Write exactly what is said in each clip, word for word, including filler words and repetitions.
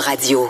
Radio.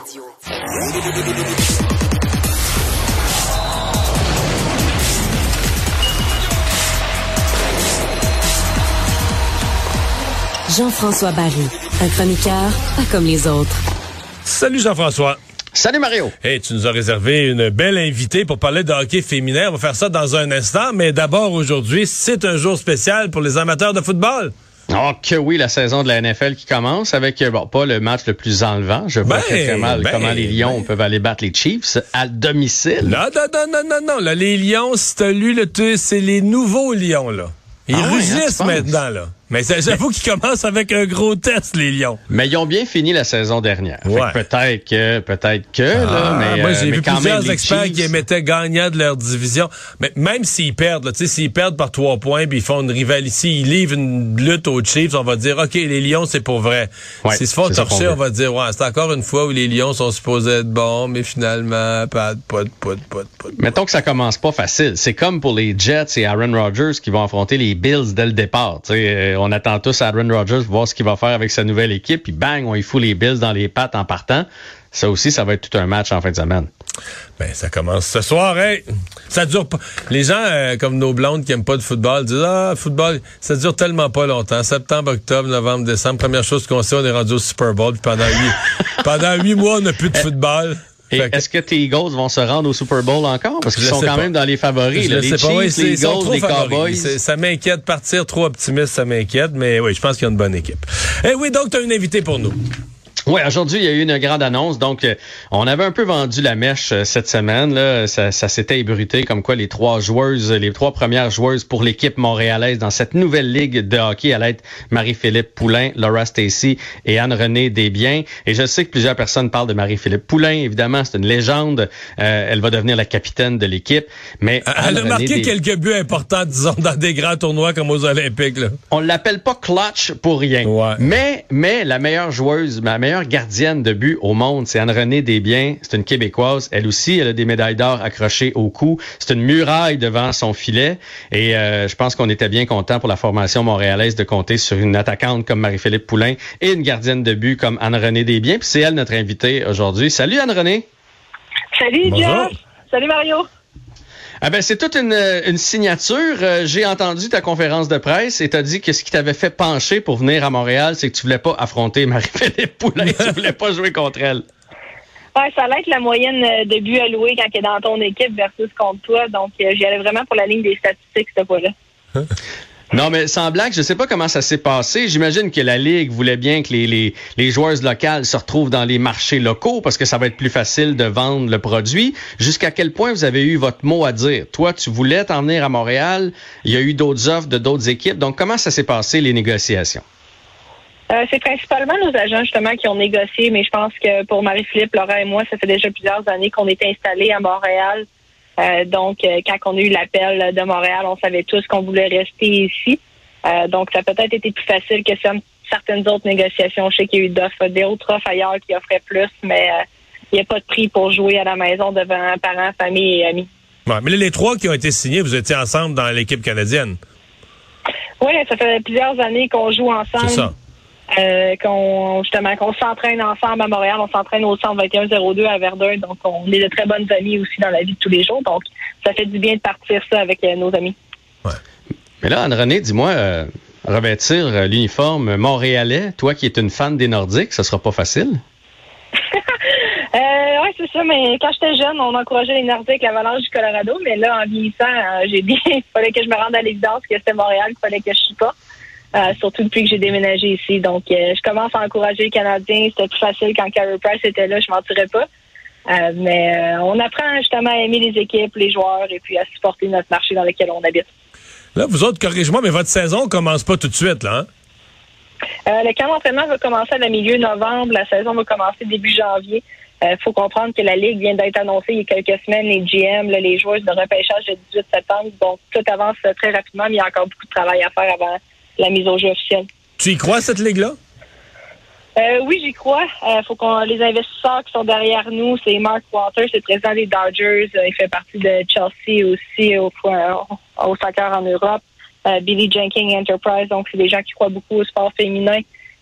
Jean-François Barry, un chroniqueur pas comme les autres. Salut Jean-François. Salut Mario. Hey, tu nous as réservé une belle invitée pour parler de hockey féminin. On va faire ça dans un instant, mais d'abord aujourd'hui, c'est un jour spécial pour les amateurs de football. Oh que oui, la saison de la N F L qui commence avec, bon, pas le match le plus enlevant. Je vois Ben, très, très mal ben, comment les Lions ben. peuvent aller battre les Chiefs à domicile. Là, non, non, non, non, non. Là, les Lions, si t'as lu le truc, c'est les nouveaux Lions, là. Ils Ah ouais, rugissent hein, maintenant, là. Mais ça, j'avoue qu'ils commencent avec un gros test, les Lions. Mais ils ont bien fini la saison dernière. Ouais. Fait que peut-être que, peut-être que, Ah, là, mais, moi, euh, j'ai mais vu quand plusieurs même, les experts Chiefs, qui émettaient gagnants de leur division. Mais même s'ils perdent, là, tu sais, s'ils perdent par trois points, puis ils font une rivalité, s'ils livrent une lutte aux Chiefs, on va dire, OK, les Lions, c'est pour vrai. Ouais, S'ils se font c'est ça torcher, qu'on on va dire, ouais, c'est encore une fois où les Lions sont supposés être bons, mais finalement, pas de, pas de, pas de, pas de, pas de. Mettons que ça commence pas facile. C'est comme pour les Jets et Aaron Rodgers qui vont affronter les Bills dès le départ. Tu sais, euh, on attend tous Aaron Rodgers pour voir ce qu'il va faire avec sa nouvelle équipe, puis bang, on y fout les Bills dans les pattes en partant. Ça aussi, ça va être tout un match en fin de semaine. Ben, ça commence ce soir, hein? Ça dure pas. Les gens, euh, comme nos blondes qui aiment pas de football, disent, ah, football, ça dure tellement pas longtemps. Septembre, octobre, novembre, décembre, première chose qu'on sait, on est rendu au Super Bowl, puis pendant huit, pendant huit mois, on n'a plus de football. Et Fait que- est-ce que tes Eagles vont se rendre au Super Bowl encore? Parce qu'ils Je sont sais quand pas. même dans les favoris. Je Là. le Les sais Chiefs, pas, oui, les c'est- ils sont Eagles, trop les favoris. Cowboys. C'est- Ça m'inquiète. Partir trop optimiste, ça m'inquiète. Mais oui, je pense qu'il y a une bonne équipe. Eh oui, donc, tu as une invitée pour nous. Oui, aujourd'hui, il y a eu une grande annonce. Donc, euh, on avait un peu vendu la mèche euh, cette semaine. Là, ça, ça s'était ébruité comme quoi les trois joueuses, les trois premières joueuses pour l'équipe montréalaise dans cette nouvelle ligue de hockey allaient être Marie-Philippe Poulin, Laura Stacey et Anne-Renée Desbiens. Et je sais que plusieurs personnes parlent de Marie-Philippe Poulin. Évidemment, c'est une légende. Euh, elle va devenir la capitaine de l'équipe. Mais Elle a Anne-Renée marqué Des- quelques buts importants, disons, dans des grands tournois comme aux Olympiques, là. On l'appelle pas clutch pour rien. Ouais. Mais, mais la meilleure joueuse, la meilleure gardienne de but au monde, c'est Anne-Renée Desbiens. C'est une Québécoise. Elle aussi, elle a des médailles d'or accrochées au cou. C'est une muraille devant son filet. Et euh, je pense qu'on était bien content pour la formation montréalaise de compter sur une attaquante comme Marie-Philippe Poulin et une gardienne de but comme Anne-Renée Desbiens. Puis c'est elle notre invitée aujourd'hui. Salut Anne-Renée. Salut, Bonjour. Jeff. Salut, Mario. Ah ben c'est toute une, une signature. Euh, j'ai entendu ta conférence de presse et t'as dit que ce qui t'avait fait pencher pour venir à Montréal, c'est que tu voulais pas affronter Marie-Philippe Poulin, tu voulais pas jouer contre elle. Ouais, ça allait être la moyenne de buts alloués quand il est dans ton équipe versus contre toi. Donc, euh, j'y allais vraiment pour la ligne des statistiques cette fois-là. Non, mais sans blague, je sais pas comment ça s'est passé. J'imagine que la Ligue voulait bien que les, les, les joueuses locales se retrouvent dans les marchés locaux parce que ça va être plus facile de vendre le produit. Jusqu'à quel point vous avez eu votre mot à dire? Toi, tu voulais t'en venir à Montréal. Il y a eu d'autres offres de d'autres équipes. Donc, comment ça s'est passé, les négociations? Euh, c'est principalement nos agents, justement, qui ont négocié, mais je pense que pour Marie-Philippe, Laura et moi, ça fait déjà plusieurs années qu'on est installés à Montréal. Euh, donc, euh, quand on a eu l'appel de Montréal, on savait tous qu'on voulait rester ici. Euh, donc, ça a peut-être été plus facile que certaines autres négociations. Je sais qu'il y a eu d'offres, d'autres offres ailleurs qui offraient plus, mais euh, il n'y a pas de prix pour jouer à la maison devant parents, famille et amis. Ouais, mais là, les trois qui ont été signés, vous étiez ensemble dans l'équipe canadienne. Oui, ça fait plusieurs années qu'on joue ensemble. C'est ça. Euh, qu'on justement qu'on s'entraîne ensemble à Montréal, on s'entraîne au centre vingt et un zéro deux à Verdun, donc on est de très bonnes amies aussi dans la vie de tous les jours, donc ça fait du bien de partir ça avec euh, nos amis. Ouais. Mais là, Anne-Renée, dis-moi, euh, revêtir euh, l'uniforme montréalais, toi qui es une fan des Nordiques, ça sera pas facile? euh, oui, c'est ça, mais quand j'étais jeune, on encourageait les Nordiques, l'Avalanche du Colorado, mais là, en vieillissant, euh, j'ai dit il fallait que je me rende à l'évidence que c'était Montréal, qu'il fallait que je supporte. Euh, surtout depuis que j'ai déménagé ici. Donc, euh, je commence à encourager les Canadiens. C'était plus facile quand Carey Price était là, je mentirais pas. Euh, mais euh, on apprend justement à aimer les équipes, les joueurs et puis à supporter notre marché dans lequel on habite. Là, vous autres, corrigez-moi, mais votre saison commence pas tout de suite, là, hein? Euh, le camp d'entraînement va commencer à la milieu novembre. La saison va commencer début janvier. Il euh, faut comprendre que la Ligue vient d'être annoncée il y a quelques semaines. Les G M, là, les joueurs de repêchage le dix-huit septembre. Donc, tout avance très rapidement, mais il y a encore beaucoup de travail à faire avant la mise au jeu officielle. Tu y crois, cette ligue-là? Euh, oui, j'y crois. Euh, faut qu'on les investisseurs qui sont derrière nous, c'est Mark Walters, c'est le président des Dodgers. Euh, il fait partie de Chelsea aussi au, au soccer en Europe. Euh, Billy Jenkins Enterprise, donc c'est des gens qui croient beaucoup au sport féminin.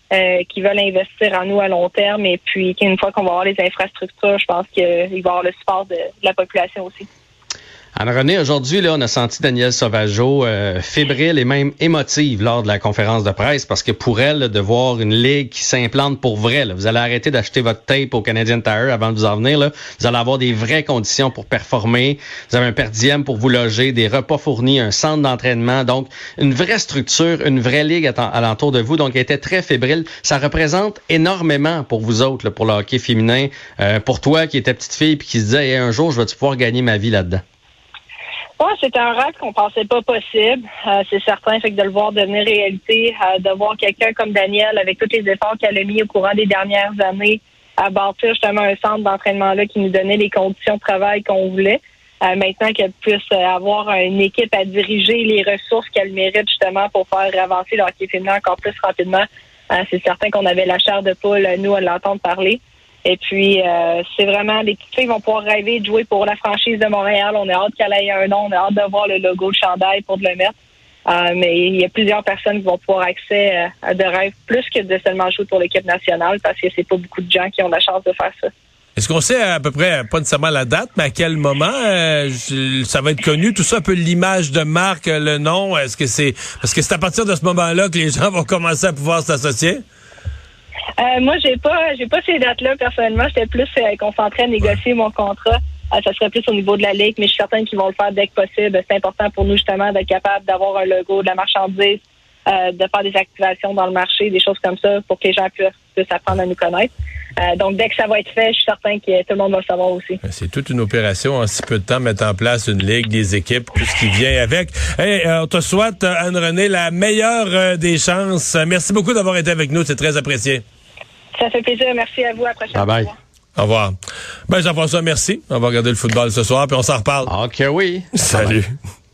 euh, qui veulent investir en nous à long terme. Et puis, qu'une fois qu'on va avoir les infrastructures, je pense qu'il va y avoir le support de, de la population aussi. Anne-Renée, aujourd'hui, là, on a senti Danielle Sauvageau euh, fébrile et même émotive lors de la conférence de presse parce que pour elle, là, de voir une ligue qui s'implante pour vrai, là, vous allez arrêter d'acheter votre tape au Canadian Tire avant de vous en venir. Là. Vous allez avoir des vraies conditions pour performer. Vous avez un per diem pour vous loger, des repas fournis, un centre d'entraînement. Donc, une vraie structure, une vraie ligue alentour de vous. Donc, elle était très fébrile. Ça représente énormément pour vous autres, là, pour le hockey féminin. Euh, pour toi qui étais petite fille puis qui se disait hey, un jour, je vais-tu pouvoir gagner ma vie là-dedans? Ouais, c'était un rêve qu'on pensait pas possible. Euh, c'est certain, fait que de le voir devenir réalité, euh, de voir quelqu'un comme Danielle, avec tous les efforts qu'elle a mis au courant des dernières années, à bâtir justement un centre d'entraînement-là qui nous donnait les conditions de travail qu'on voulait. Euh, maintenant qu'elle puisse avoir une équipe à diriger, les ressources qu'elle mérite justement pour faire avancer le hockey féminin encore plus rapidement, euh, c'est certain qu'on avait la chair de poule, nous, à l'entendre parler. Et puis, euh, c'est vraiment, les petites filles vont pouvoir rêver de jouer pour la franchise de Montréal. On a hâte qu'elle ait un nom, on a hâte de voir le logo de chandail pour de le mettre. Euh, mais il y a plusieurs personnes qui vont pouvoir accès à, à de rêves plus que de seulement jouer pour l'équipe nationale parce que c'est pas beaucoup de gens qui ont la chance de faire ça. Est-ce qu'on sait à peu près, pas nécessairement la date, mais à quel moment euh, ça va être connu, tout ça, un peu l'image de marque, le nom, est-ce que c'est, parce que c'est à partir de ce moment-là que les gens vont commencer à pouvoir s'associer? Euh, moi, j'ai pas, j'ai pas ces dates-là personnellement. J'étais plus euh, concentrée à négocier mon contrat. Euh, ça serait plus au niveau de la ligue, mais je suis certaine qu'ils vont le faire dès que possible. C'est important pour nous justement d'être capable d'avoir un logo, de la marchandise, euh, de faire des activations dans le marché, des choses comme ça, pour que les gens puissent, puissent apprendre à nous connaître. Euh, donc, dès que ça va être fait, je suis certain que tout le monde va le savoir aussi. C'est toute une opération en si peu de temps, mettre en place une ligue, des équipes, tout ce qui vient avec. Hey, euh, on te souhaite, Anne-Renée, la meilleure euh, des chances. Merci beaucoup d'avoir été avec nous, c'est très apprécié. Ça fait plaisir. Merci à vous. À la prochaine. Bye bye. Au revoir. Ben, Jean-François, merci. On va regarder le football ce soir, puis on s'en reparle. Ok, oui. Salut.